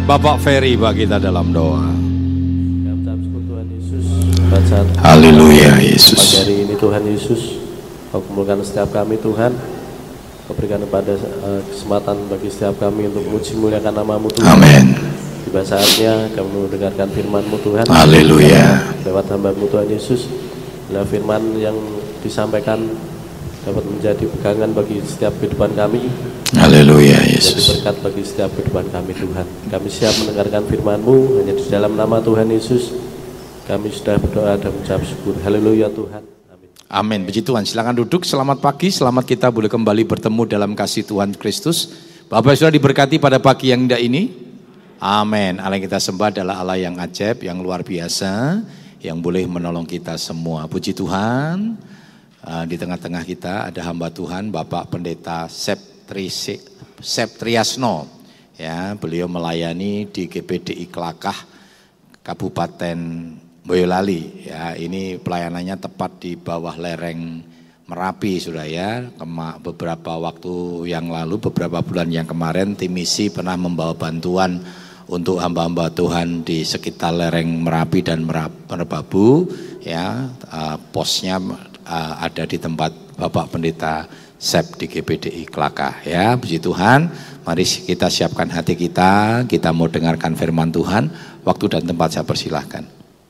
Bapak Ferry bagi kita dalam doa. Tuhan Yesus, bacaan Haleluya Yesus. pagi hari ini Tuhan Yesus, Kau kumpulkan setiap kami Tuhan. Kau berikan kepada kesempatan bagi setiap kami untuk memuji muliakan nama-Mu Tuhan. Amin. Tiba saatnya kami mendengarkan firman-Mu Tuhan. Haleluya. Lewat hamba-Mu Tuhan Yesus, bila firman yang disampaikan dapat menjadi pegangan bagi setiap kehidupan kami. Haleluya Jadi Yesus. berkat bagi setiap kehidupan kami Tuhan. Kami siap mendengarkan firman-Mu hanya di dalam nama Tuhan Yesus. Kami sudah berdoa dan mengucap syukur. Haleluya Tuhan. Amin. Amin. Puji Tuhan. Silakan duduk. Selamat pagi. Selamat kita boleh kembali bertemu dalam kasih Tuhan Kristus. Bapak sudah diberkati pada pagi yang indah ini. Amin. Allah yang kita sembah adalah Allah yang ajaib, yang luar biasa, yang boleh menolong kita semua. Puji Tuhan. Di tengah-tengah kita ada hamba Tuhan Bapak Pendeta Septriasno, ya, beliau melayani di GPDI Klakah Kabupaten Boyolali, ya. Ini pelayanannya tepat di bawah lereng Merapi, sudah ya. Beberapa waktu yang lalu, beberapa bulan yang kemarin, tim misi pernah membawa bantuan untuk hamba-hamba Tuhan di sekitar lereng Merapi dan Merbabu, ya. Posnya ada di tempat Bapak Pendeta Sep di GPDI Klakah, ya. Puji Tuhan. Mari kita siapkan hati kita mau dengarkan firman Tuhan. Waktu dan tempat saya persilahkan.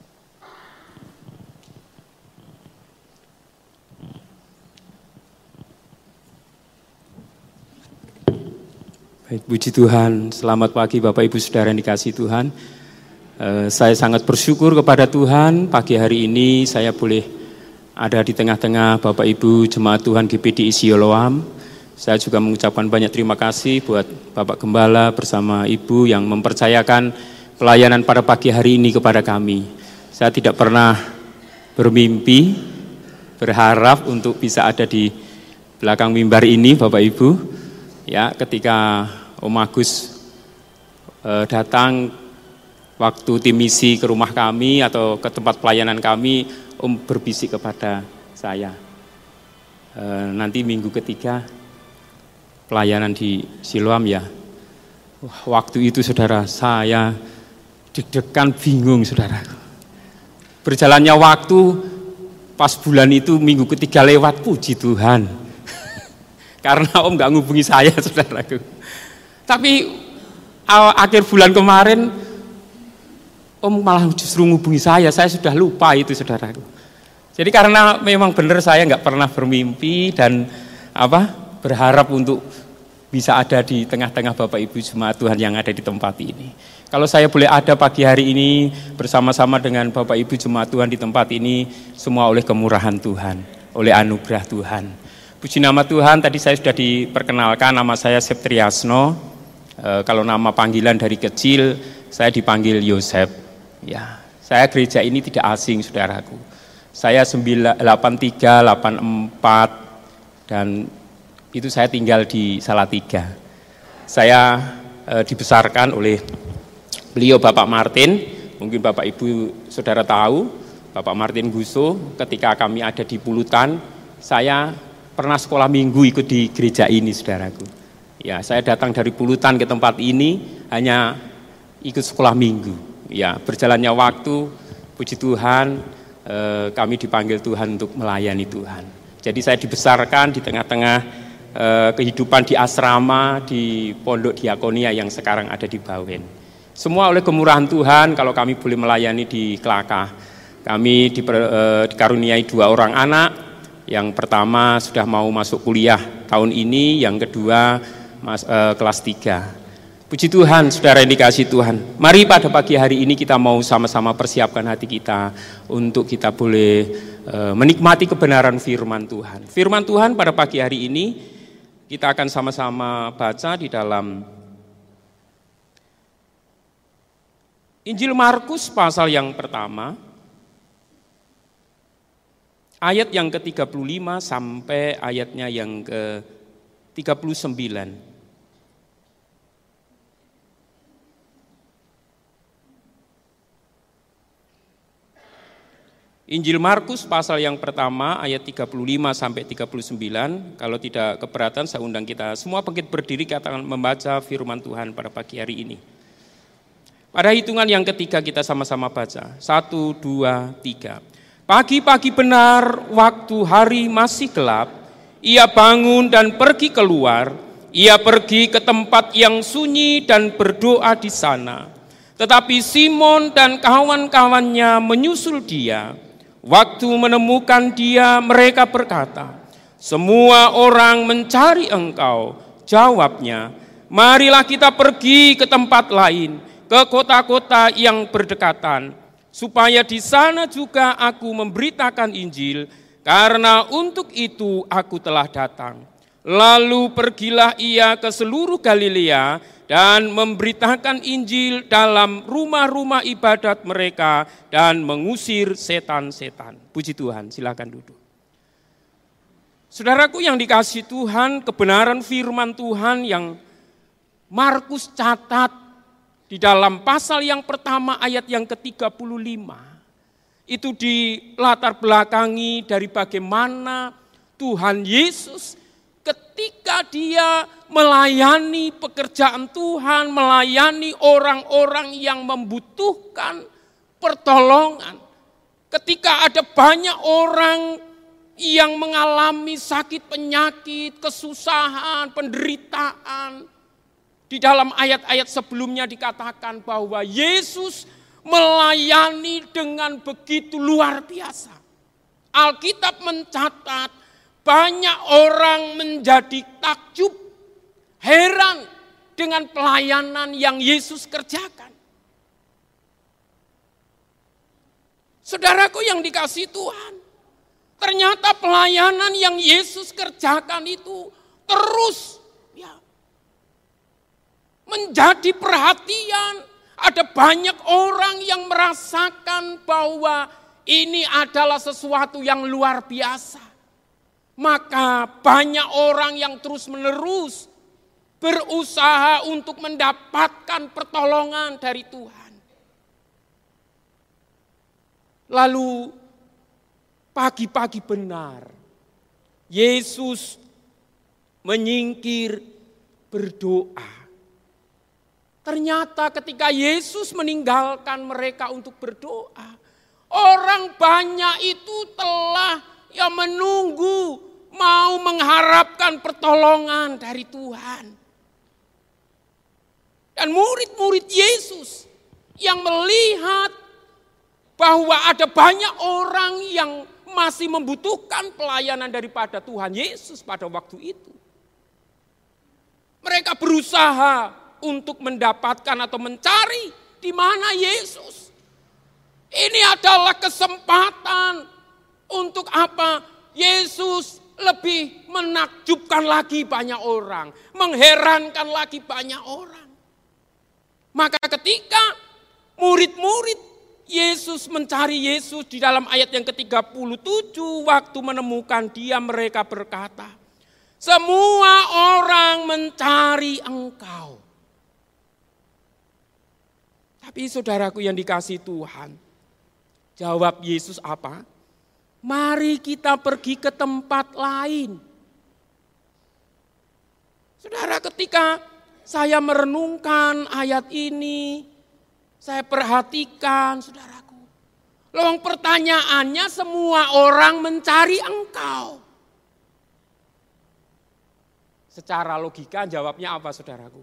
Baik, puji Tuhan. Selamat pagi Bapak Ibu Saudara yang dikasihi Tuhan. Saya sangat bersyukur kepada Tuhan, pagi hari ini saya boleh ada di tengah-tengah Bapak Ibu Jemaat Tuhan GPDI Siloam. Saya juga mengucapkan banyak terima kasih buat Bapak Gembala bersama Ibu yang mempercayakan pelayanan pada pagi hari ini kepada kami. Saya tidak pernah bermimpi, berharap untuk bisa ada di belakang mimbar ini Bapak Ibu. Ya, ketika Om Agus datang waktu tim misi ke rumah kami atau ke tempat pelayanan kami, Om berbisik kepada saya, nanti minggu ketiga pelayanan di Siloam ya. Waktu itu saudara, saya deg-degan bingung saudara. Berjalannya waktu, pas bulan itu minggu ketiga lewat, puji Tuhan. Karena Om gak ngubungi saya saudaraku. Tapi akhir bulan kemarin Om malah justru ngubungi saya sudah lupa itu saudaraku. Jadi karena memang benar saya nggak pernah bermimpi dan berharap untuk bisa ada di tengah-tengah Bapak Ibu Jemaat Tuhan yang ada di tempat ini. Kalau saya boleh ada pagi hari ini bersama-sama dengan Bapak Ibu Jemaat Tuhan di tempat ini, semua oleh kemurahan Tuhan, oleh anugerah Tuhan. Puji nama Tuhan, tadi saya sudah diperkenalkan, nama saya Septriasno. Kalau nama panggilan dari kecil, saya dipanggil Yosep. Ya, saya gereja ini tidak asing saudaraku. Saya 83, 84 dan itu saya tinggal di Salatiga. Saya dibesarkan oleh beliau Bapak Martin, mungkin Bapak Ibu saudara tahu, Bapak Martin Guso. Ketika kami ada di Pulutan, saya pernah sekolah minggu ikut di gereja ini saudaraku. Ya, saya datang dari Pulutan ke tempat ini hanya ikut sekolah minggu. Ya, berjalannya waktu, puji Tuhan, kami dipanggil Tuhan untuk melayani Tuhan. Jadi saya dibesarkan di tengah-tengah kehidupan di asrama, di pondok diakonia yang sekarang ada di Bawen. Semua oleh kemurahan Tuhan, kalau kami boleh melayani di Klakah. Kami dikaruniai 2 orang anak, yang pertama sudah mau masuk kuliah tahun ini, yang kedua kelas 3. Puji Tuhan, saudara yang dikasihi Tuhan. Mari pada pagi hari ini kita mau sama-sama persiapkan hati kita untuk kita boleh menikmati kebenaran firman Tuhan. Firman Tuhan pada pagi hari ini kita akan sama-sama baca di dalam Injil Markus pasal yang pertama, ayat yang ke-35 sampai ayatnya yang ke-39. Injil Markus pasal yang pertama ayat 35 sampai 39. Kalau tidak keberatan saya undang kita semua bangkit berdiri, kita akan membaca firman Tuhan pada pagi hari ini. Pada hitungan yang ketiga kita sama-sama baca. 1, 2, 3. Pagi-pagi benar waktu hari masih gelap, ia bangun dan pergi keluar. Ia pergi ke tempat yang sunyi dan berdoa di sana. Tetapi Simon dan kawan-kawannya menyusul dia. Waktu menemukan dia, mereka berkata, "Semua orang mencari engkau." Jawabnya, "Marilah kita pergi ke tempat lain, ke kota-kota yang berdekatan, supaya di sana juga aku memberitakan Injil, karena untuk itu aku telah datang." Lalu pergilah ia ke seluruh Galilea dan memberitakan Injil dalam rumah-rumah ibadat mereka dan mengusir setan-setan. Puji Tuhan, silakan duduk. Saudaraku yang dikasihi Tuhan, kebenaran firman Tuhan yang Markus catat di dalam pasal yang pertama ayat yang ke-35, itu dilatar belakangi dari bagaimana Tuhan Yesus ketika dia melayani pekerjaan Tuhan, melayani orang-orang yang membutuhkan pertolongan. Ketika ada banyak orang yang mengalami sakit penyakit, kesusahan, penderitaan. Di dalam ayat-ayat sebelumnya dikatakan bahwa Yesus melayani dengan begitu luar biasa. Alkitab mencatat banyak orang menjadi takjub, heran dengan pelayanan yang Yesus kerjakan. Saudaraku yang dikasihi Tuhan, ternyata pelayanan yang Yesus kerjakan itu terus menjadi perhatian. Ada banyak orang yang merasakan bahwa ini adalah sesuatu yang luar biasa. Maka banyak orang yang terus-menerus berusaha untuk mendapatkan pertolongan dari Tuhan. Lalu pagi-pagi benar, Yesus menyingkir berdoa. Ternyata ketika Yesus meninggalkan mereka untuk berdoa, orang banyak itu telah menunggu, mau mengharapkan pertolongan dari Tuhan. Dan murid-murid Yesus yang melihat bahwa ada banyak orang yang masih membutuhkan pelayanan daripada Tuhan Yesus pada waktu itu. Mereka berusaha untuk mendapatkan atau mencari di mana Yesus. Ini adalah kesempatan untuk apa? Yesus lebih menakjubkan lagi banyak orang, mengherankan lagi banyak orang. Maka ketika murid-murid Yesus mencari Yesus di dalam ayat yang ke-37, waktu menemukan dia mereka berkata, "Semua orang mencari engkau." Tapi saudaraku yang dikasihi Tuhan, jawab Yesus apa? Mari kita pergi ke tempat lain. Saudara, ketika saya merenungkan ayat ini, saya perhatikan, saudaraku. Lawang pertanyaannya, semua orang mencari engkau. Secara logika jawabnya apa, saudaraku?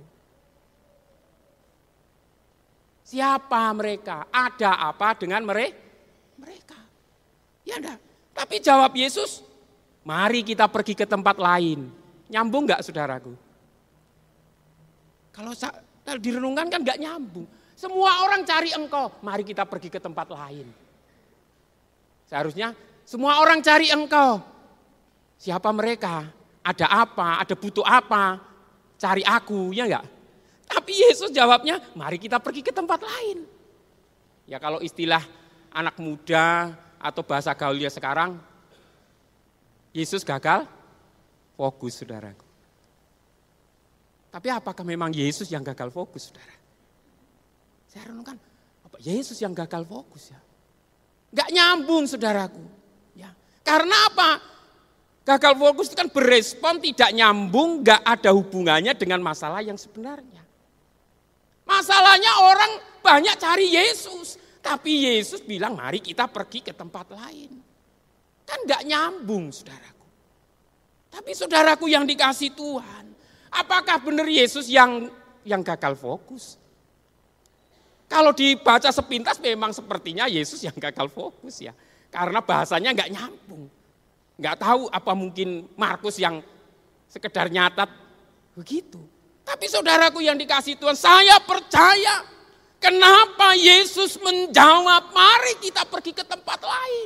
Siapa mereka? Ada apa dengan mereka? Ya enggak. Tapi jawab Yesus, mari kita pergi ke tempat lain. Nyambung enggak, saudaraku? Kalau direnungkan kan enggak nyambung. Semua orang cari engkau, mari kita pergi ke tempat lain. Seharusnya semua orang cari engkau. Siapa mereka? Ada apa? Ada butuh apa? Cari aku, ya enggak? Tapi Yesus jawabnya, mari kita pergi ke tempat lain. Ya kalau istilah anak muda atau bahasa gaulnya sekarang, Yesus gagal fokus, saudaraku. Tapi apakah memang Yesus yang gagal fokus, saudara? Saya renungkan, apa Yesus yang gagal fokus ya? Enggak nyambung, saudaraku. Ya. Karena apa? Gagal fokus itu kan berespon tidak nyambung, enggak ada hubungannya dengan masalah yang sebenarnya. Masalahnya orang banyak cari Yesus. Tapi Yesus bilang mari kita pergi ke tempat lain. Kan gak nyambung saudaraku. Tapi saudaraku yang dikasih Tuhan. Apakah benar Yesus yang gagal fokus? Kalau dibaca sepintas memang sepertinya Yesus yang gagal fokus ya. Karena bahasanya gak nyambung. Gak tahu apa mungkin Markus yang sekedar nyatat begitu. Tapi saudaraku yang dikasih Tuhan, saya percaya kenapa Yesus menjawab, mari kita pergi ke tempat lain.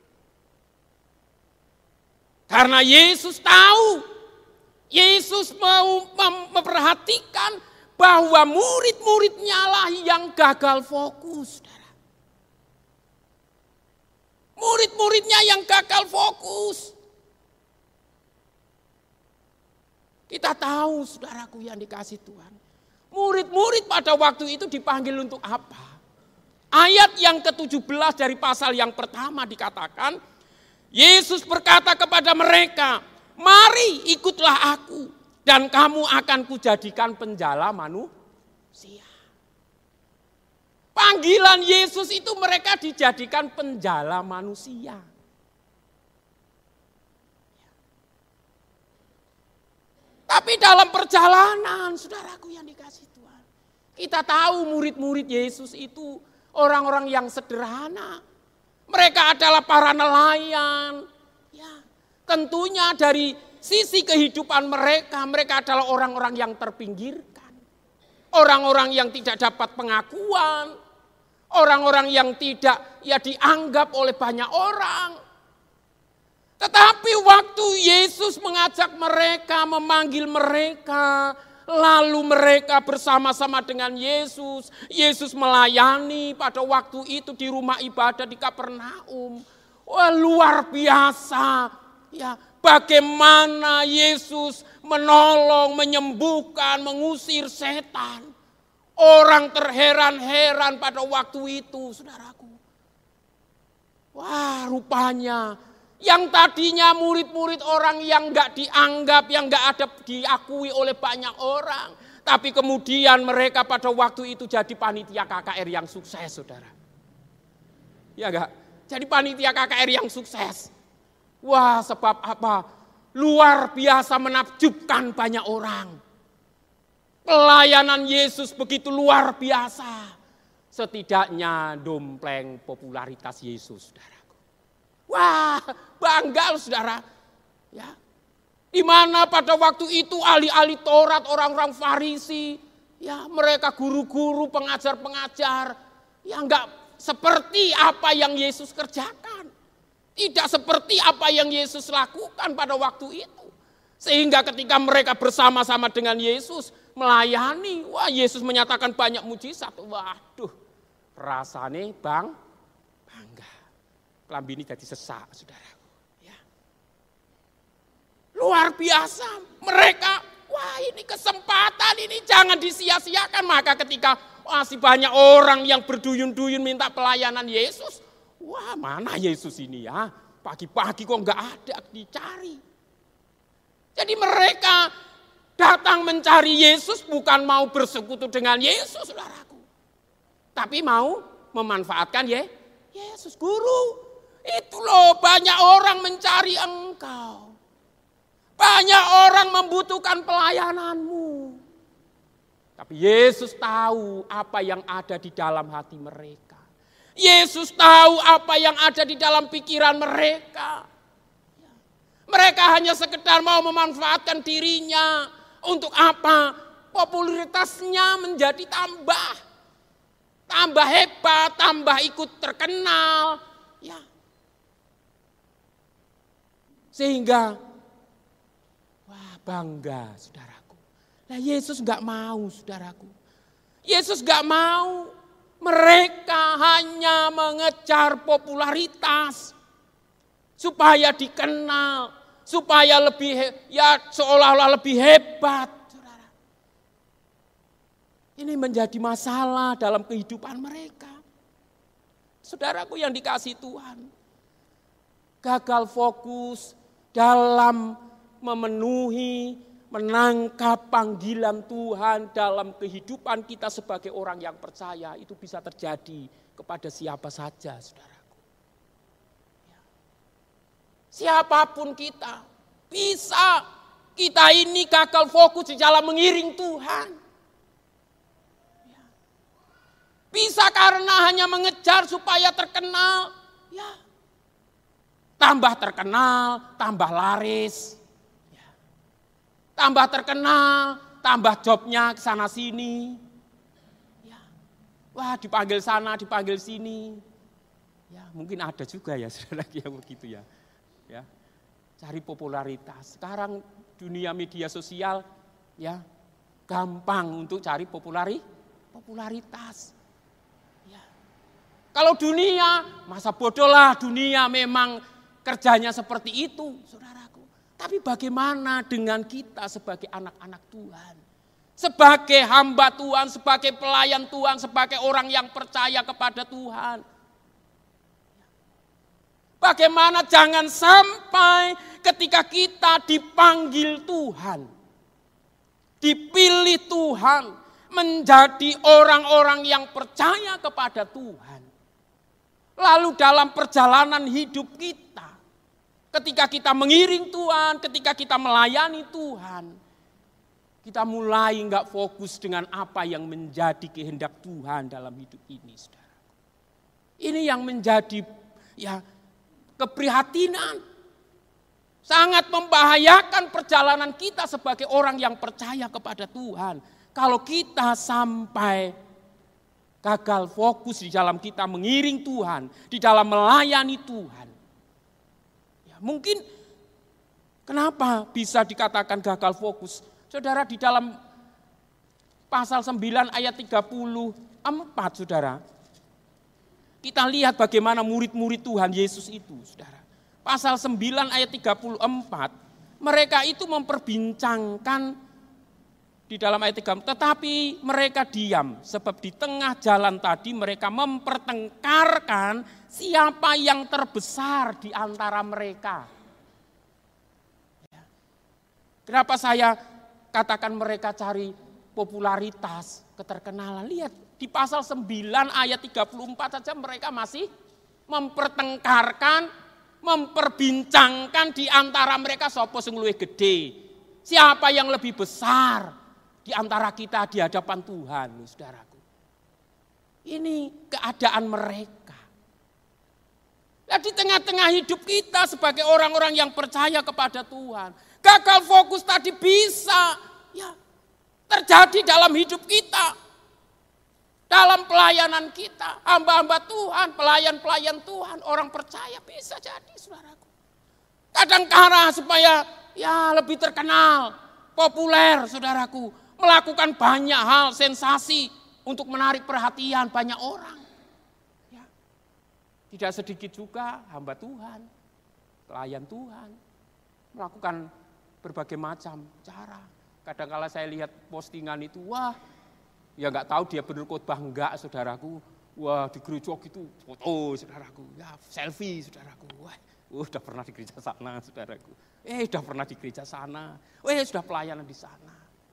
Karena Yesus tahu, Yesus mau memperhatikan bahwa murid-muridnya lah yang gagal fokus. Murid-muridnya yang gagal fokus. Kita tahu saudaraku yang dikasih Tuhan. Murid-murid pada waktu itu dipanggil untuk apa? Ayat yang ke-17 dari pasal yang pertama dikatakan, Yesus berkata kepada mereka, mari ikutlah aku dan kamu akan kujadikan penjala manusia. Panggilan Yesus itu mereka dijadikan penjala manusia. Tapi dalam perjalanan, saudaraku yang dikasih Tuhan, kita tahu murid-murid Yesus itu orang-orang yang sederhana. Mereka adalah para nelayan. Ya, tentunya dari sisi kehidupan mereka, mereka adalah orang-orang yang terpinggirkan. Orang-orang yang tidak dapat pengakuan. Orang-orang yang tidak dianggap oleh banyak orang. Tetapi waktu Yesus mengajak mereka, memanggil mereka, lalu mereka bersama-sama dengan Yesus. Yesus melayani pada waktu itu di rumah ibadah di Kapernaum. Wah, luar biasa. Ya, bagaimana Yesus menolong, menyembuhkan, mengusir setan. Orang terheran-heran pada waktu itu, saudaraku. Wah, rupanya yang tadinya murid-murid orang yang gak dianggap, yang gak ada diakui oleh banyak orang. Tapi kemudian mereka pada waktu itu jadi panitia KKR yang sukses, saudara. Ya gak? Jadi panitia KKR yang sukses. Wah, sebab apa? Luar biasa menakjubkan banyak orang. Pelayanan Yesus begitu luar biasa. Setidaknya dompleng popularitas Yesus, saudara. Wah, bangga loh saudara. Ya. Di mana pada waktu itu ahli-ahli Taurat, orang-orang Farisi, ya mereka guru-guru, pengajar-pengajar, yang enggak seperti apa yang Yesus kerjakan. Tidak seperti apa yang Yesus lakukan pada waktu itu. Sehingga ketika mereka bersama-sama dengan Yesus melayani, wah Yesus menyatakan banyak mujizat. Waduh, rasanya bangga. Kelambi ini jadi sesak, saudaraku. Ya. Luar biasa. Mereka, wah ini kesempatan, ini jangan disia-siakan. Maka ketika masih banyak orang yang berduyun-duyun minta pelayanan Yesus. Wah, mana Yesus ini ya? Pagi-pagi kok enggak ada, dicari. Jadi mereka datang mencari Yesus bukan mau bersekutu dengan Yesus, saudaraku. Tapi mau memanfaatkan Yesus, guru. Itu loh, banyak orang mencari engkau. Banyak orang membutuhkan pelayananmu. Tapi Yesus tahu apa yang ada di dalam hati mereka. Yesus tahu apa yang ada di dalam pikiran mereka. Mereka hanya sekedar mau memanfaatkan dirinya. Untuk apa? Popularitasnya menjadi tambah. Tambah hebat, tambah ikut terkenal. Ya. Sehingga, wah bangga saudaraku. Nah Yesus gak mau saudaraku. Yesus gak mau. Mereka hanya mengejar popularitas. Supaya dikenal. Supaya lebih, seolah-olah lebih hebat. Saudara. Ini menjadi masalah dalam kehidupan mereka. Saudaraku yang dikasih Tuhan. Gagal fokus dalam memenuhi menangkap panggilan Tuhan dalam kehidupan kita sebagai orang yang percaya, itu bisa terjadi kepada siapa saja, saudaraku. Siapapun kita, bisa kita ini gagal fokus di dalam mengiring Tuhan. Bisa karena hanya mengejar supaya terkenal, ya. Tambah terkenal, tambah laris. Ya. Tambah terkenal, tambah jobnya ke sana sini. Ya. Wah, dipanggil sana, dipanggil sini. Ya, mungkin ada juga ya saudara yang begitu ya. Ya. Cari popularitas. Sekarang dunia media sosial ya gampang untuk cari popularitas. Kalau dunia, masa bodohlah dunia memang kerjanya seperti itu, saudaraku. Tapi bagaimana dengan kita sebagai anak-anak Tuhan? Sebagai hamba Tuhan, sebagai pelayan Tuhan, sebagai orang yang percaya kepada Tuhan. Bagaimana jangan sampai ketika kita dipanggil Tuhan, dipilih Tuhan, menjadi orang-orang yang percaya kepada Tuhan. Lalu dalam perjalanan hidup kita, ketika kita mengiring Tuhan, ketika kita melayani Tuhan, kita mulai enggak fokus dengan apa yang menjadi kehendak Tuhan dalam hidup ini, saudara. Ini yang menjadi ya keprihatinan. Sangat membahayakan perjalanan kita sebagai orang yang percaya kepada Tuhan. Kalau kita sampai gagal fokus di dalam kita mengiring Tuhan, di dalam melayani Tuhan. Ya, mungkin kenapa bisa dikatakan gagal fokus? Saudara, di dalam pasal 9 ayat 34, saudara. Kita lihat bagaimana murid-murid Tuhan Yesus itu, saudara. Pasal 9 ayat 34, mereka itu memperbincangkan di dalam ayat 3, tetapi mereka diam, sebab di tengah jalan tadi mereka mempertengkarkan siapa yang terbesar di antara mereka. Kenapa saya katakan mereka cari popularitas, keterkenalan? Lihat, di pasal 9 ayat 34 saja mereka masih mempertengkarkan, memperbincangkan di antara mereka sapa sing luwih gede. Siapa yang lebih besar di antara kita di hadapan Tuhan, saudaraku. Ini keadaan mereka. Nah, di tengah-tengah hidup kita sebagai orang-orang yang percaya kepada Tuhan, gagal fokus tadi bisa ya terjadi dalam hidup kita. Dalam pelayanan kita, hamba-hamba Tuhan, pelayan-pelayan Tuhan, orang percaya bisa jadi, saudaraku. Kadang-kala supaya ya lebih terkenal, populer, saudaraku. Melakukan banyak hal sensasi untuk menarik perhatian banyak orang. Ya. Tidak sedikit juga hamba Tuhan, pelayan Tuhan, melakukan berbagai macam cara. Kadang-kala saya lihat postingan itu, wah, ya nggak tahu dia benar khotbah enggak, saudaraku. Wah, di gereja gitu, foto, saudaraku. Ya, selfie, saudaraku. Wah, udah pernah di gereja sana, saudaraku. Udah pernah di gereja sana. Sudah pelayanan di sana.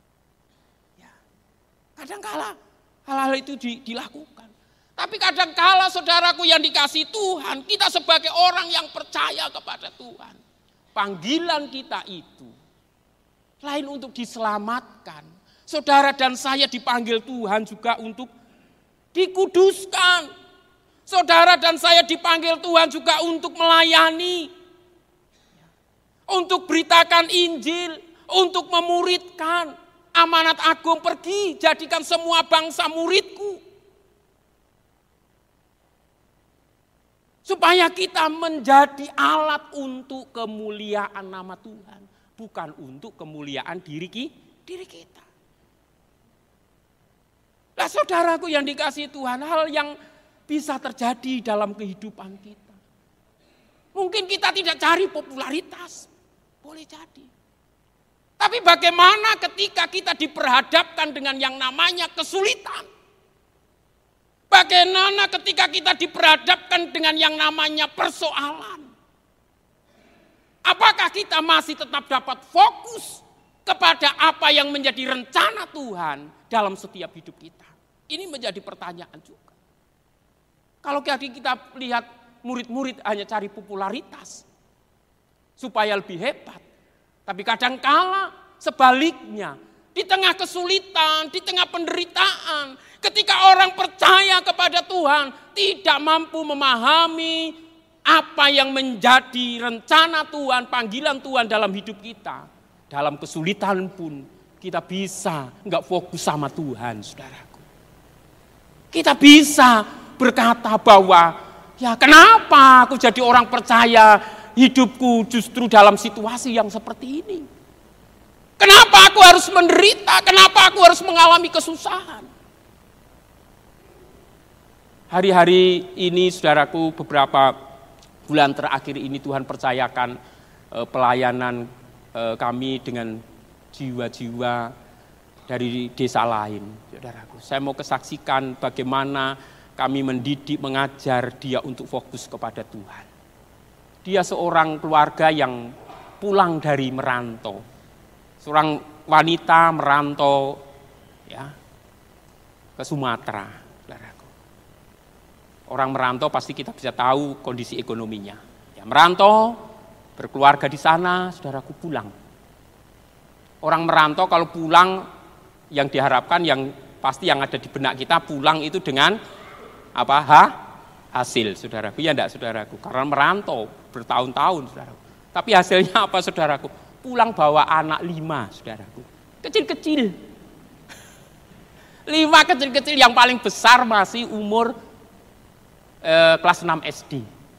Kadang-kala hal-hal itu dilakukan. Tapi kadang-kala saudaraku yang dikasihi Tuhan, kita sebagai orang yang percaya kepada Tuhan. Panggilan kita itu, selain untuk diselamatkan, saudara dan saya dipanggil Tuhan juga untuk dikuduskan. Saudara dan saya dipanggil Tuhan juga untuk melayani. Untuk beritakan Injil, untuk memuridkan. Amanat agung, pergi jadikan semua bangsa muridku. Supaya kita menjadi alat untuk kemuliaan nama Tuhan. Bukan untuk kemuliaan diri kita. Nah, saudaraku yang dikasihi Tuhan, hal yang bisa terjadi dalam kehidupan kita. Mungkin kita tidak cari popularitas. Boleh jadi. Tapi bagaimana ketika kita diperhadapkan dengan yang namanya kesulitan? Bagaimana ketika kita diperhadapkan dengan yang namanya persoalan? Apakah kita masih tetap dapat fokus kepada apa yang menjadi rencana Tuhan dalam setiap hidup kita? Ini menjadi pertanyaan juga. Kalau kita lihat murid-murid hanya cari popularitas supaya lebih hebat. Tapi kadangkala sebaliknya, di tengah kesulitan, di tengah penderitaan, ketika orang percaya kepada Tuhan, tidak mampu memahami apa yang menjadi rencana Tuhan, panggilan Tuhan dalam hidup kita. Dalam kesulitan pun kita bisa enggak fokus sama Tuhan, saudaraku. Kita bisa berkata bahwa, ya kenapa aku jadi orang percaya, hidupku justru dalam situasi yang seperti ini. Kenapa aku harus menderita? Kenapa aku harus mengalami kesusahan? Hari-hari ini saudaraku, beberapa bulan terakhir ini Tuhan percayakan pelayanan kami dengan jiwa-jiwa dari desa lain, saudaraku. Saya mau kesaksikan bagaimana kami mendidik, mengajar dia untuk fokus kepada Tuhan. Dia seorang keluarga yang pulang dari merantau. Seorang wanita merantau ya ke Sumatera, saudaraku. Orang merantau pasti kita bisa tahu kondisi ekonominya. Ya, merantau, berkeluarga di sana, saudaraku, pulang. Orang merantau kalau pulang, yang diharapkan yang pasti yang ada di benak kita, pulang itu dengan apa? Hasil, saudaraku. Ya enggak, saudaraku? Karena merantau bertahun-tahun, saudaraku. Tapi hasilnya apa, saudaraku? Pulang bawa anak 5, saudaraku. Kecil-kecil. 5 kecil-kecil, yang paling besar masih umur kelas 6 SD.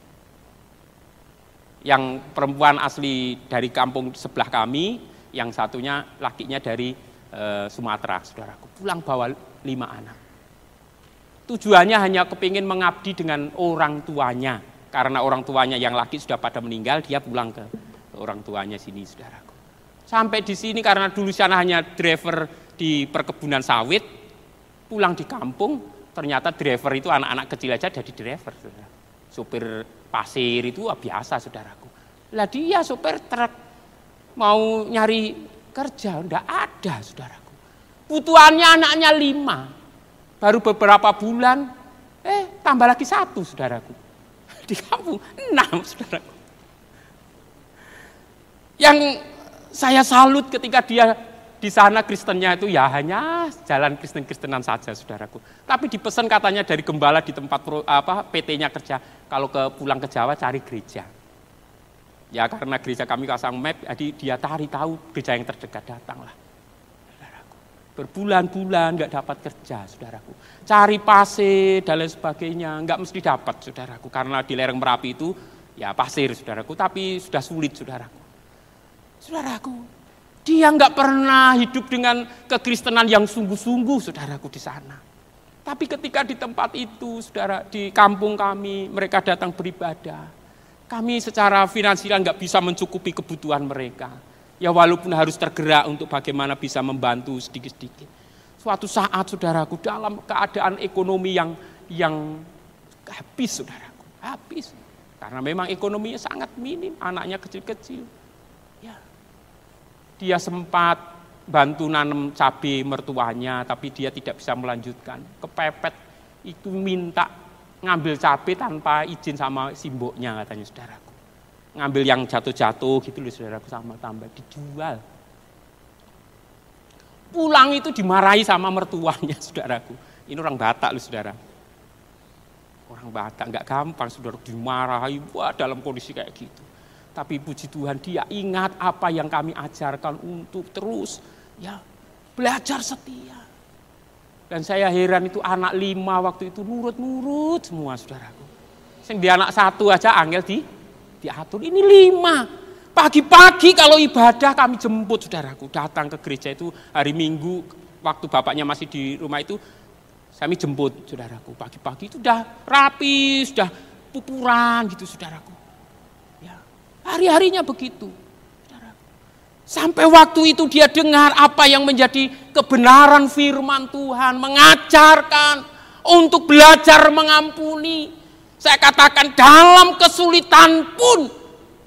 Yang perempuan asli dari kampung sebelah kami, yang satunya lakinya dari Sumatera, saudaraku. Pulang bawa 5 anak. Tujuannya hanya kepingin mengabdi dengan orang tuanya. Karena orang tuanya yang laki sudah pada meninggal, dia pulang ke orang tuanya sini, saudaraku. Sampai di sini karena dulu sana hanya driver di perkebunan sawit, pulang di kampung, ternyata driver itu anak-anak kecil aja jadi driver, saudara. Supir pasir itu biasa, saudaraku. Lah dia supir truk, mau nyari kerja, enggak ada, saudaraku. Butuhannya anaknya 5. Baru beberapa bulan, tambah lagi 1, saudaraku. Di kampung 6, saudaraku. Yang saya salut ketika dia di sana Kristennya itu ya hanya jalan Kristen-Kristenan saja, saudaraku. Tapi dipesan katanya dari gembala di tempat PT-nya kerja, kalau pulang ke Jawa cari gereja. Ya karena gereja kami pasang map, jadi dia cari tahu gereja yang terdekat, datanglah. Berbulan-bulan nggak dapat kerja, saudaraku. Cari pasir dan lain sebagainya, nggak mesti dapat, saudaraku. Karena di lereng Merapi itu ya pasir, saudaraku. Tapi sudah sulit, saudaraku. Saudaraku, dia nggak pernah hidup dengan kekristenan yang sungguh-sungguh, saudaraku, di sana. Tapi ketika di tempat itu, saudara, di kampung kami, mereka datang beribadah. Kami secara finansial nggak bisa mencukupi kebutuhan mereka. Ya walaupun harus tergerak untuk bagaimana bisa membantu sedikit-sedikit. Suatu saat, saudaraku, dalam keadaan ekonomi yang habis, saudaraku, habis. Karena memang ekonominya sangat minim, anaknya kecil-kecil. Ya. Dia sempat bantu nanam cabai mertuanya, tapi dia tidak bisa melanjutkan. Kepepet itu minta ngambil cabai tanpa izin sama simboknya, katanya, saudaraku. Ngambil yang jatuh-jatuh gitu loh, saudaraku, sama tambah dijual. Pulang itu dimarahi sama mertuanya, saudaraku. Ini orang Batak loh, saudara. Orang Batak nggak gampang, saudara, dimarahi dalam kondisi kayak gitu. Tapi puji Tuhan, dia ingat apa yang kami ajarkan untuk terus ya belajar setia. Dan saya heran itu anak 5 waktu itu nurut-nurut semua, saudaraku. Sing di anak 1 aja angel diatur, ini 5. Pagi-pagi kalau ibadah kami jemput, saudaraku, datang ke gereja itu hari Minggu, waktu bapaknya masih di rumah itu, kami jemput, saudaraku. Pagi-pagi itu sudah rapi, sudah pupuran gitu, saudaraku. Ya, hari-harinya begitu, saudaraku. Sampai waktu itu dia dengar apa yang menjadi kebenaran firman Tuhan, mengajarkan untuk belajar mengampuni. Saya katakan dalam kesulitan pun, ya,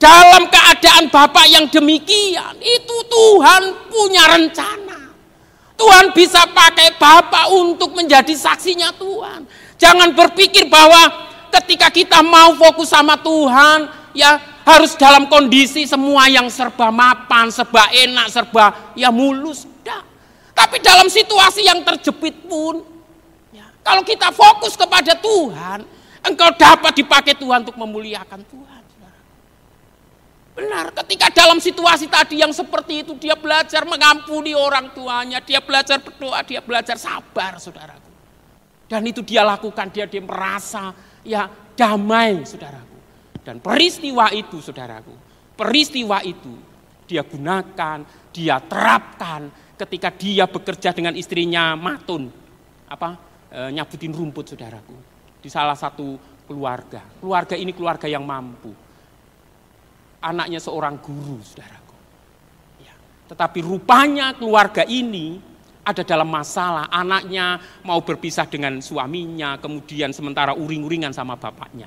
dalam keadaan Bapak yang demikian, itu Tuhan punya rencana. Tuhan bisa pakai Bapak untuk menjadi saksinya Tuhan. Jangan berpikir bahwa ketika kita mau fokus sama Tuhan, ya harus dalam kondisi semua yang serba mapan, serba enak, serba ya mulus. Tidak. Tapi dalam situasi yang terjepit pun, ya, kalau kita fokus kepada Tuhan, engkau dapat dipakai Tuhan untuk memuliakan Tuhan. Benar, ketika dalam situasi tadi yang seperti itu, dia belajar mengampuni orang tuanya, dia belajar berdoa, dia belajar sabar, saudaraku. Dan itu dia lakukan, dia merasa ya damai, saudaraku. Dan peristiwa itu, saudaraku, peristiwa itu dia gunakan, dia terapkan ketika dia bekerja dengan istrinya Matun, nyabutin rumput, saudaraku, di salah satu keluarga. Keluarga ini keluarga yang mampu. Anaknya seorang guru, saudaraku. Ya. Tetapi rupanya keluarga ini ada dalam masalah. Anaknya mau berpisah dengan suaminya, kemudian sementara uring-uringan sama bapaknya.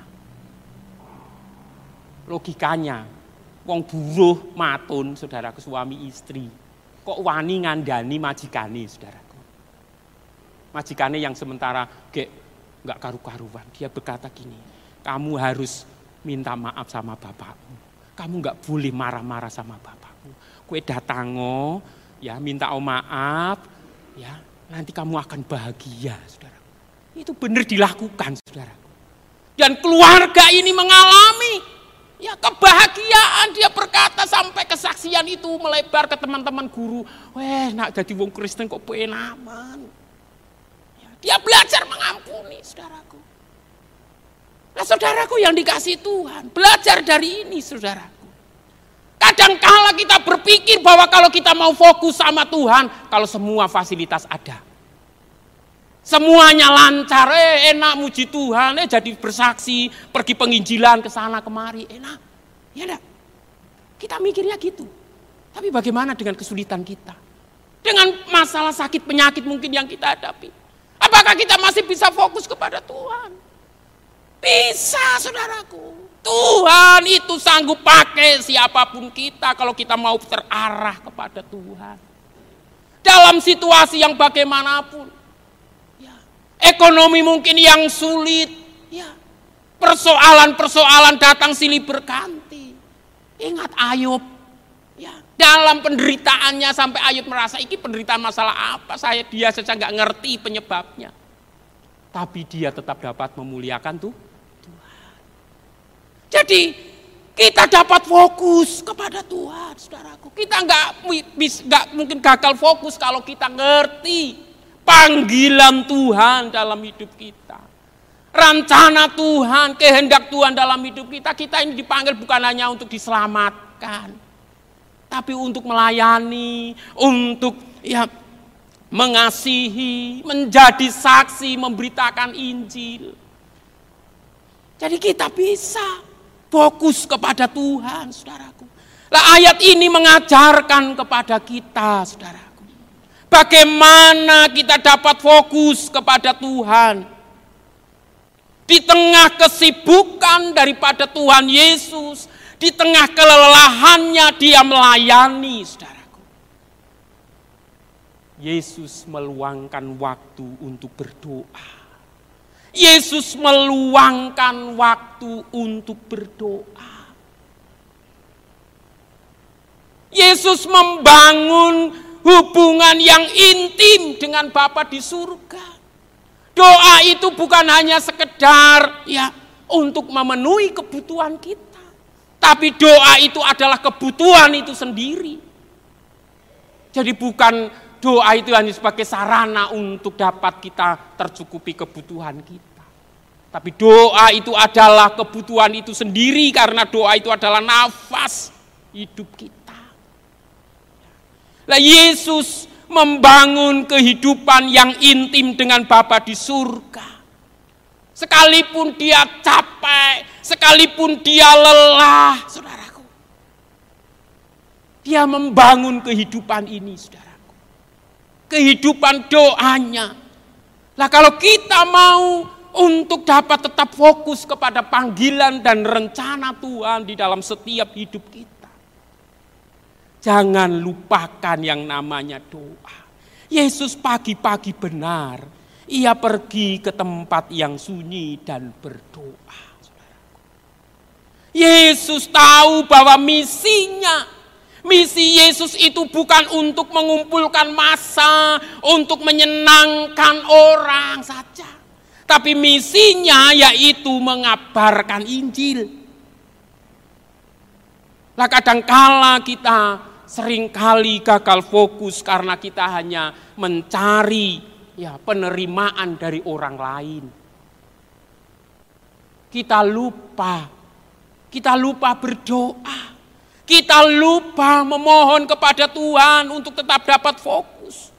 Logikanya, wong buruh Matun, saudaraku, suami istri, kok wani ngandani majikane, saudaraku. Majikane yang sementara gak karu-karuan. Dia berkata gini, kamu harus minta maaf sama bapakmu. Kamu gak boleh marah-marah sama bapakmu. Kue datango, ya minta maaf, ya nanti kamu akan bahagia, saudara. Itu benar dilakukan, saudara. Dan keluarga ini mengalami ya kebahagiaan. Dia berkata sampai kesaksian itu melebar ke teman-teman guru. Weh, nak jadi wong Kristen kok penaman. Ya, dia belajar mengampuni, saudaraku. Nah, saudaraku yang dikasihi Tuhan, belajar dari ini, saudaraku. Kadangkala kita berpikir bahwa kalau kita mau fokus sama Tuhan, kalau semua fasilitas ada, semuanya lancar, enak muji Tuhan, jadi bersaksi, pergi penginjilan ke sana kemari, enak, ya enggak? Kita mikirnya gitu. Tapi bagaimana dengan kesulitan kita? Dengan masalah sakit penyakit mungkin yang kita hadapi, apakah kita masih bisa fokus kepada Tuhan? Bisa, saudaraku. Tuhan itu sanggup pakai siapapun kita kalau kita mau terarah kepada Tuhan. Dalam situasi yang bagaimanapun. Ya. Ekonomi mungkin yang sulit. Ya. Persoalan-persoalan datang silih berganti. Ingat Ayub. Ya. Dalam penderitaannya sampai Ayub merasa ini penderitaan masalah apa. Dia saja nggak ngerti penyebabnya. Tapi dia tetap dapat memuliakan Tuhan. Jadi kita dapat fokus kepada Tuhan, saudaraku. Kita nggak mungkin gagal fokus kalau kita ngerti panggilan Tuhan dalam hidup kita, rencana Tuhan, kehendak Tuhan dalam hidup kita. Kita ini dipanggil bukan hanya untuk diselamatkan, tapi untuk melayani, untuk ya mengasihi, menjadi saksi, memberitakan Injil. Jadi kita bisa fokus kepada Tuhan, saudaraku. Lah ayat ini mengajarkan kepada kita, saudaraku. Bagaimana kita dapat fokus kepada Tuhan. Di tengah kesibukan daripada Tuhan Yesus, di tengah kelelahannya dia melayani, saudaraku. Yesus meluangkan waktu untuk berdoa. Yesus meluangkan waktu untuk berdoa. Yesus membangun hubungan yang intim dengan Bapa di surga. Doa itu bukan hanya sekedar ya untuk memenuhi kebutuhan kita, tapi doa itu adalah kebutuhan itu sendiri. Jadi bukan doa itu hanya sebagai sarana untuk dapat kita tercukupi kebutuhan kita. Tapi doa itu adalah kebutuhan itu sendiri karena doa itu adalah nafas hidup kita. Nah, Yesus membangun kehidupan yang intim dengan Bapa di surga. Sekalipun dia capek, sekalipun dia lelah, saudaraku. Dia membangun kehidupan ini, saudara. Kehidupan doanya. Lah kalau kita mau untuk dapat tetap fokus kepada panggilan dan rencana Tuhan di dalam setiap hidup kita. Jangan lupakan yang namanya doa. Yesus pagi-pagi benar, ia pergi ke tempat yang sunyi dan berdoa. Yesus tahu bahwa misi Yesus itu bukan untuk mengumpulkan massa, untuk menyenangkan orang saja. Tapi misinya yaitu mengabarkan Injil. Lah kadangkala kita seringkali gagal fokus karena kita hanya mencari penerimaan dari orang lain. Kita lupa berdoa. Kita lupa memohon kepada Tuhan untuk tetap dapat fokus.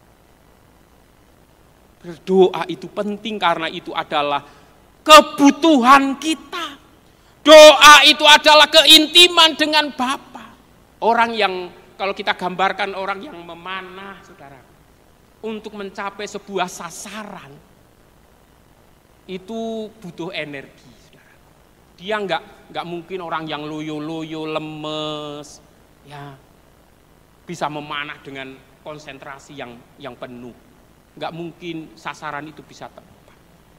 Berdoa itu penting karena itu adalah kebutuhan kita. Doa itu adalah keintiman dengan Bapa. Orang yang, kalau kita gambarkan orang yang memanah, saudara, untuk mencapai sebuah sasaran, itu butuh energi, saudara. Dia nggak mungkin orang yang loyo-loyo, lemes, bisa memanah dengan konsentrasi yang penuh. Nggak mungkin sasaran itu bisa tepat.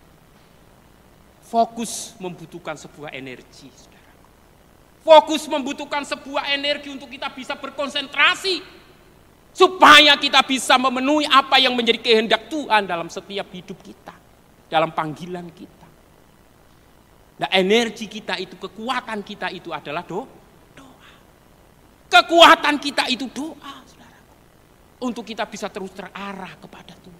Fokus membutuhkan sebuah energi, saudara. Fokus membutuhkan sebuah energi untuk kita bisa berkonsentrasi, supaya kita bisa memenuhi apa yang menjadi kehendak Tuhan dalam setiap hidup kita, dalam panggilan kita. Nah, energi kita itu, kekuatan kita itu adalah doa. Kekuatan kita itu doa, saudara. Untuk kita bisa terus terarah kepada Tuhan.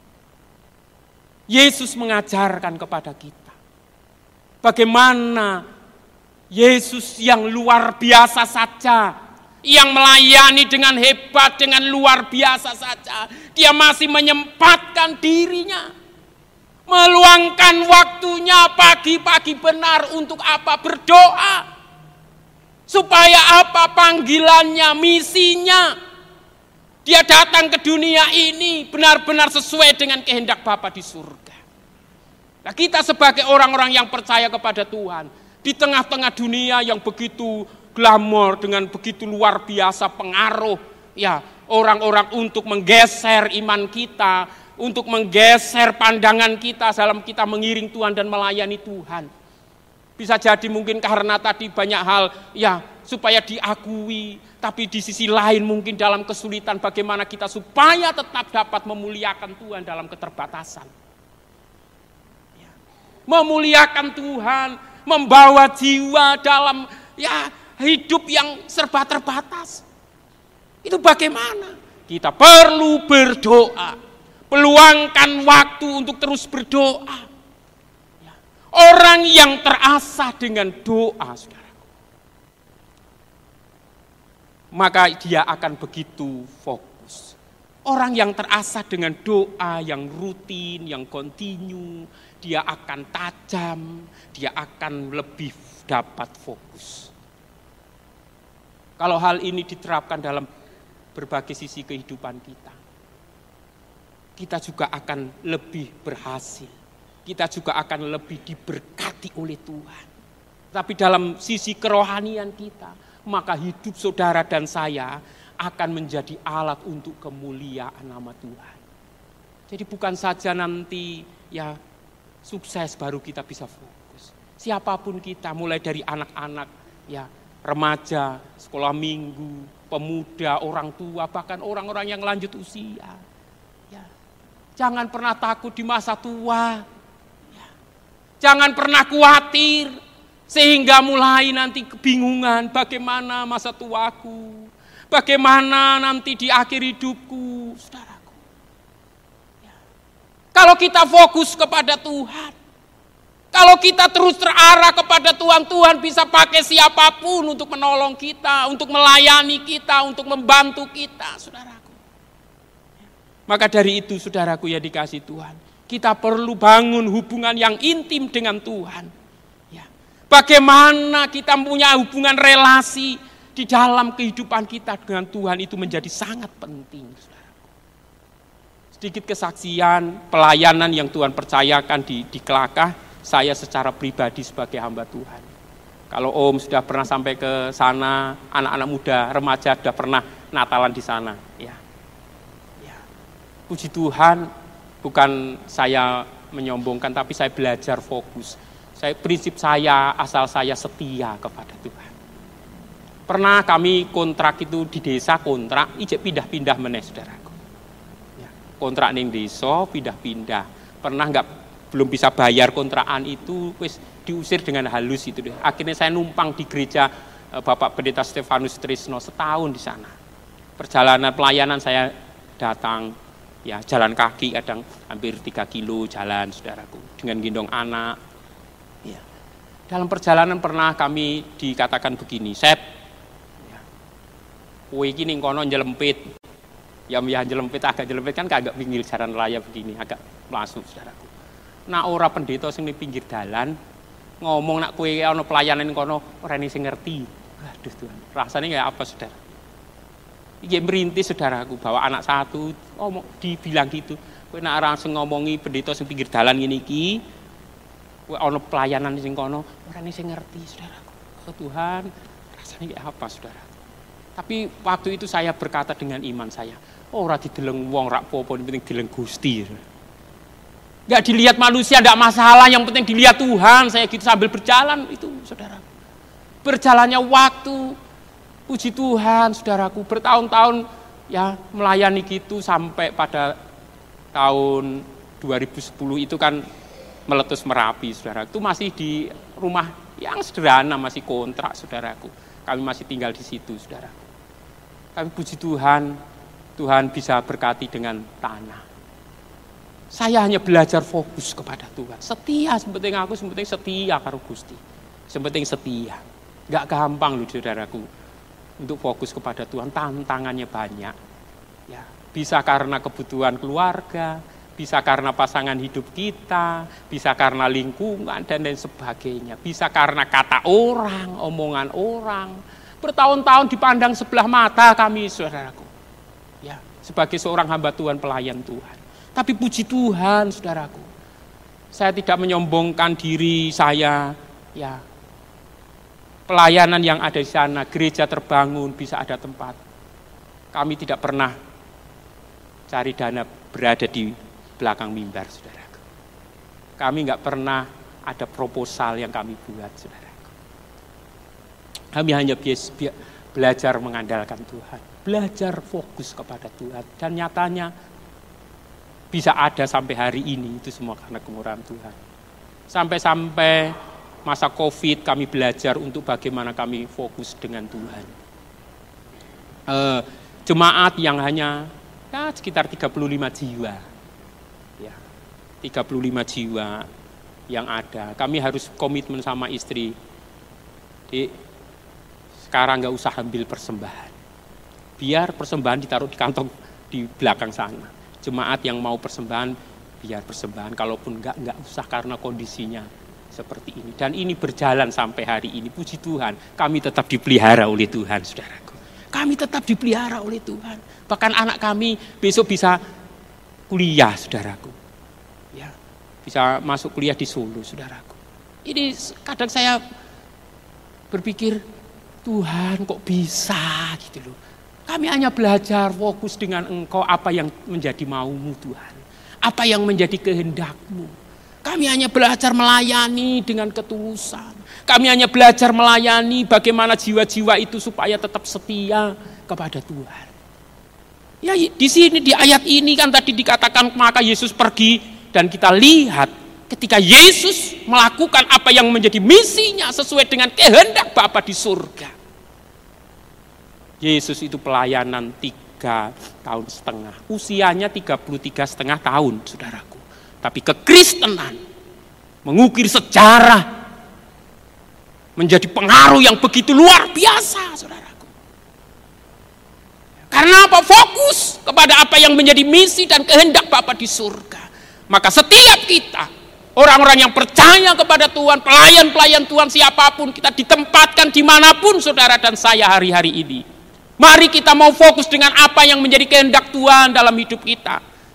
Yesus mengajarkan kepada kita bagaimana Yesus yang luar biasa saja, yang melayani dengan hebat, dengan luar biasa saja, dia masih menyempatkan dirinya, meluangkan waktunya pagi-pagi benar untuk apa? Berdoa. Supaya apa? Panggilannya, misinya. Dia datang ke dunia ini benar-benar sesuai dengan kehendak Bapa di surga. Nah, kita sebagai orang-orang yang percaya kepada Tuhan, di tengah-tengah dunia yang begitu glamor, dengan begitu luar biasa pengaruh, orang-orang untuk menggeser iman kita, untuk menggeser pandangan kita dalam kita mengiring Tuhan dan melayani Tuhan. Bisa jadi mungkin karena tadi banyak hal, supaya diakui, tapi di sisi lain mungkin dalam kesulitan bagaimana kita supaya tetap dapat memuliakan Tuhan dalam keterbatasan. Memuliakan Tuhan, membawa jiwa dalam hidup yang serba terbatas. Itu bagaimana? Kita perlu berdoa, peluangkan waktu untuk terus berdoa. Orang yang terasah dengan doa, saudara, maka dia akan begitu fokus. Orang yang terasah dengan doa yang rutin, yang kontinu, dia akan tajam, dia akan lebih dapat fokus. Kalau hal ini diterapkan dalam berbagai sisi kehidupan kita, kita juga akan lebih berhasil. Kita juga akan lebih diberkati oleh Tuhan. Tapi dalam sisi kerohanian kita, maka hidup saudara dan saya akan menjadi alat untuk kemuliaan nama Tuhan. Jadi bukan saja nanti sukses baru kita bisa fokus. Siapapun kita, mulai dari anak-anak, remaja, sekolah minggu, pemuda, orang tua, bahkan orang-orang yang lanjut usia. Jangan pernah takut di masa tua. Jangan pernah khawatir sehingga mulai nanti kebingungan bagaimana masa tuaku, bagaimana nanti di akhir hidupku, saudaraku. Kalau kita fokus kepada Tuhan, kalau kita terus terarah kepada Tuhan, Tuhan bisa pakai siapapun untuk menolong kita, untuk melayani kita, untuk membantu kita, saudaraku. Maka dari itu, saudaraku yang dikasihi Tuhan, kita perlu bangun hubungan yang intim dengan Tuhan. Bagaimana kita punya hubungan relasi di dalam kehidupan kita dengan Tuhan itu menjadi sangat penting. Sedikit kesaksian, pelayanan yang Tuhan percayakan di Kelakah, saya secara pribadi sebagai hamba Tuhan. Kalau Om sudah pernah sampai ke sana, anak-anak muda, remaja sudah pernah Natalan di sana. Ya. Puji Tuhan, bukan saya menyombongkan, tapi saya belajar fokus. Prinsip saya, asal saya setia kepada Tuhan. Pernah kami kontrak itu di desa, kontrak, ijek pindah-pindah meneh, saudaraku. Ya, kontrak ning desa, pindah-pindah. Pernah belum bisa bayar kontrakan itu, wis diusir dengan halus itu deh. Akhirnya saya numpang di gereja Bapak Pendeta Stefanus Trisno setahun di sana. Perjalanan pelayanan saya datang, ya jalan kaki kadang hampir 3 kilo jalan, saudaraku, dengan gendong anak. Ya. Dalam perjalanan pernah kami dikatakan begini, Sep, ya, kowe iki ning kono jelempit. Ya jelempit agak jelempit kan agak pinggir jalan raya begini, agak masuk, saudaraku. Nah ora pendeta sing ning pinggir dalan ngomong nak kowe ana pelayanan kono ora ning sing ngerti. Aduh Tuhan, rasanya kayak apa, saudara? Iki merintis, saudaraku, bawa anak satu, dibilang gitu. Kowe nek ora sing ngomongi pendeta sing pinggir dalan ngene iki, kowe ana pelayanan sing kono, ora ning sing ngerti, saudaraku. Oh Tuhan, rasanya kayak apa, saudara? Tapi waktu itu saya berkata dengan iman saya, ora dideleng wong rak apa-apa, penting dileng Gusti. Enggak dilihat manusia, enggak masalah, yang penting dilihat Tuhan. Saya gitu sambil berjalan itu, saudara. Berjalannya waktu, puji Tuhan, saudaraku, bertahun-tahun ya melayani gitu sampai pada tahun 2010 itu kan meletus Merapi, saudara. Itu masih di rumah yang sederhana, masih kontrak, saudaraku. Kami masih tinggal di situ, saudaraku. Kami puji Tuhan, Tuhan bisa berkati dengan tanah. Saya hanya belajar fokus kepada Tuhan. Setia, sepenting aku, sepenting setia karo Gusti. Sepenting setia. Gak gampang loh, saudaraku. Untuk fokus kepada Tuhan, tantangannya banyak. Ya, bisa karena kebutuhan keluarga, bisa karena pasangan hidup kita, bisa karena lingkungan dan lain sebagainya. Bisa karena kata orang, omongan orang. Bertahun-tahun dipandang sebelah mata kami, saudaraku. Ya, sebagai seorang hamba Tuhan, pelayan Tuhan. Tapi puji Tuhan, saudaraku. Saya tidak menyombongkan diri saya, ya. Pelayanan yang ada di sana, gereja terbangun, bisa ada tempat. Kami tidak pernah cari dana berada di belakang mimbar, saudaraku. Kami nggak pernah ada proposal yang kami buat, saudaraku. Kami hanya belajar mengandalkan Tuhan, belajar fokus kepada Tuhan. Dan nyatanya bisa ada sampai hari ini, itu semua karena kemurahan Tuhan. Sampai-sampai masa COVID kami belajar untuk bagaimana kami fokus dengan Tuhan. Jemaat yang hanya ya, sekitar 35 jiwa. Ya, 35 jiwa yang ada. Kami harus komitmen sama istri. Sekarang nggak usah ambil persembahan. Biar persembahan ditaruh di kantong di belakang sana. Jemaat yang mau persembahan, biar persembahan. Kalaupun nggak usah karena kondisinya seperti ini. Dan ini berjalan sampai hari ini. Puji Tuhan, kami tetap dipelihara oleh Tuhan, saudaraku. Kami tetap dipelihara oleh Tuhan. Bahkan anak kami besok bisa kuliah, saudaraku. Ya, bisa masuk kuliah di Solo, saudaraku. Ini kadang saya berpikir, Tuhan kok bisa gitu loh. Kami hanya belajar fokus dengan Engkau, apa yang menjadi maumu Tuhan. Apa yang menjadi kehendak-Mu. Kami hanya belajar melayani dengan ketulusan. Kami hanya belajar melayani bagaimana jiwa-jiwa itu supaya tetap setia kepada Tuhan. Ya di sini di ayat ini kan tadi dikatakan maka Yesus pergi, dan kita lihat ketika Yesus melakukan apa yang menjadi misinya sesuai dengan kehendak Bapa di surga. Yesus itu pelayanan 3,5 tahun. Usianya 33,5 tahun, saudaraku. Tapi kekristenan mengukir sejarah menjadi pengaruh yang begitu luar biasa, saudaraku. Karena apa? Fokus kepada apa yang menjadi misi dan kehendak Bapa di surga. Maka setiap kita, orang-orang yang percaya kepada Tuhan, pelayan-pelayan Tuhan siapapun, kita ditempatkan dimanapun saudara dan saya hari-hari ini. Mari kita mau fokus dengan apa yang menjadi kehendak Tuhan dalam hidup kita.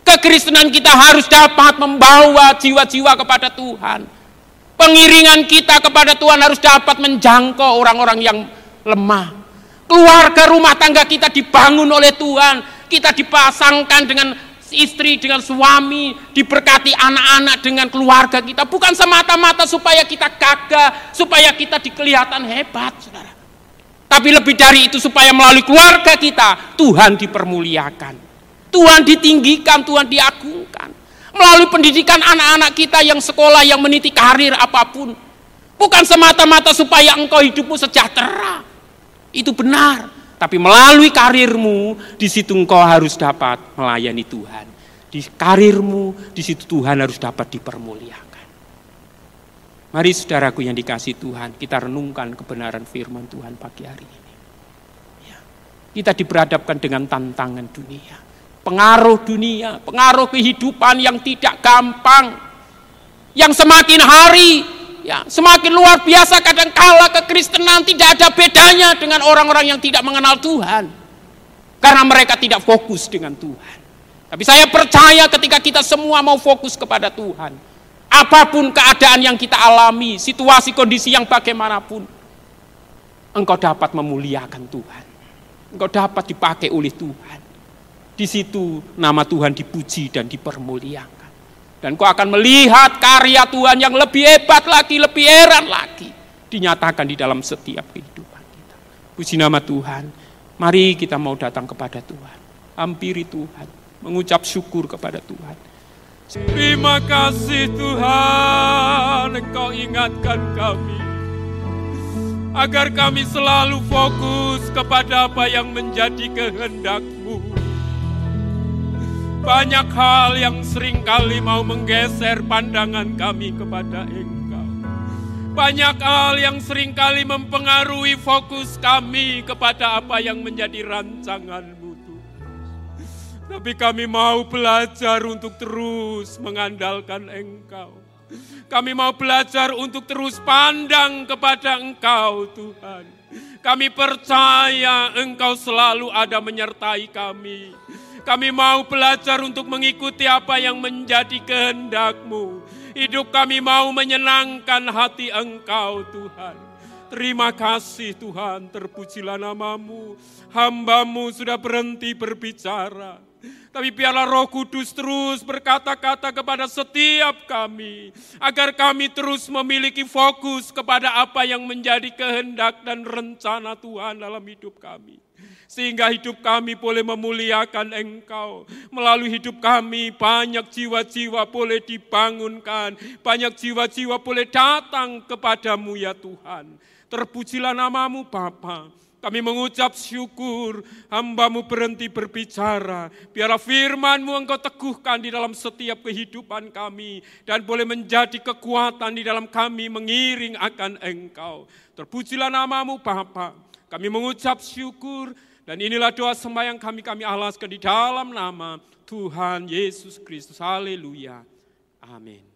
Kekristenan kita harus dapat membawa jiwa-jiwa kepada Tuhan. Pengiringan kita kepada Tuhan harus dapat menjangkau orang-orang yang lemah. Keluarga rumah tangga kita dibangun oleh Tuhan. Kita dipasangkan dengan istri, dengan suami, diberkati anak-anak dengan keluarga kita. Bukan semata-mata supaya kita gagah, supaya kita dikelihatan hebat, saudara. Tapi lebih dari itu supaya melalui keluarga kita, Tuhan dipermuliakan. Tuhan ditinggikan, Tuhan diagungkan. Melalui pendidikan anak-anak kita yang sekolah, yang meniti karir apapun. Bukan semata-mata supaya engkau hidupmu sejahtera. Itu benar. Tapi melalui karirmu, di situ engkau harus dapat melayani Tuhan. Di karirmu, di situ Tuhan harus dapat dipermuliakan. Mari saudaraku yang dikasihi Tuhan, kita renungkan kebenaran firman Tuhan pagi hari ini. Ya. Kita diperhadapkan dengan tantangan dunia. Pengaruh dunia, pengaruh kehidupan yang tidak gampang, yang semakin hari, ya, semakin luar biasa. Kadangkala kekristenan tidak ada bedanya dengan orang-orang yang tidak mengenal Tuhan, karena mereka tidak fokus dengan Tuhan. Tapi saya percaya ketika kita semua mau fokus kepada Tuhan, apapun keadaan yang kita alami, situasi kondisi yang bagaimanapun, engkau dapat memuliakan Tuhan, engkau dapat dipakai oleh Tuhan. Di situ nama Tuhan dipuji dan dipermuliakan. Dan kau akan melihat karya Tuhan yang lebih hebat lagi, lebih heran lagi, dinyatakan di dalam setiap kehidupan kita. Puji nama Tuhan. Mari kita mau datang kepada Tuhan, hampiri Tuhan, mengucap syukur kepada Tuhan. Terima kasih Tuhan, Engkau ingatkan kami agar kami selalu fokus kepada apa yang menjadi kehendak-Mu. Banyak hal yang seringkali mau menggeser pandangan kami kepada Engkau. Banyak hal yang seringkali mempengaruhi fokus kami kepada apa yang menjadi rancangan-Mu, Tuhan. Tapi kami mau belajar untuk terus mengandalkan Engkau. Kami mau belajar untuk terus pandang kepada Engkau, Tuhan. Kami percaya Engkau selalu ada menyertai kami. Kami mau belajar untuk mengikuti apa yang menjadi kehendak-Mu. Hidup kami mau menyenangkan hati Engkau, Tuhan. Terima kasih Tuhan, terpujilah nama-Mu. Hamba-Mu sudah berhenti berbicara. Tapi biarlah Roh Kudus terus berkata-kata kepada setiap kami. Agar kami terus memiliki fokus kepada apa yang menjadi kehendak dan rencana Tuhan dalam hidup kami. Sehingga hidup kami boleh memuliakan Engkau. Melalui hidup kami banyak jiwa-jiwa boleh dibangunkan. Banyak jiwa-jiwa boleh datang kepadamu ya Tuhan. Terpujilah nama-Mu Bapa. Kami mengucap syukur, hamba-Mu berhenti berbicara. Biarlah firman-Mu Engkau teguhkan di dalam setiap kehidupan kami. Dan boleh menjadi kekuatan di dalam kami mengiring akan Engkau. Terpujilah nama-Mu Bapa. Kami mengucap syukur dan inilah doa sembahyang kami alaskan di dalam nama Tuhan Yesus Kristus. Haleluya. Amin.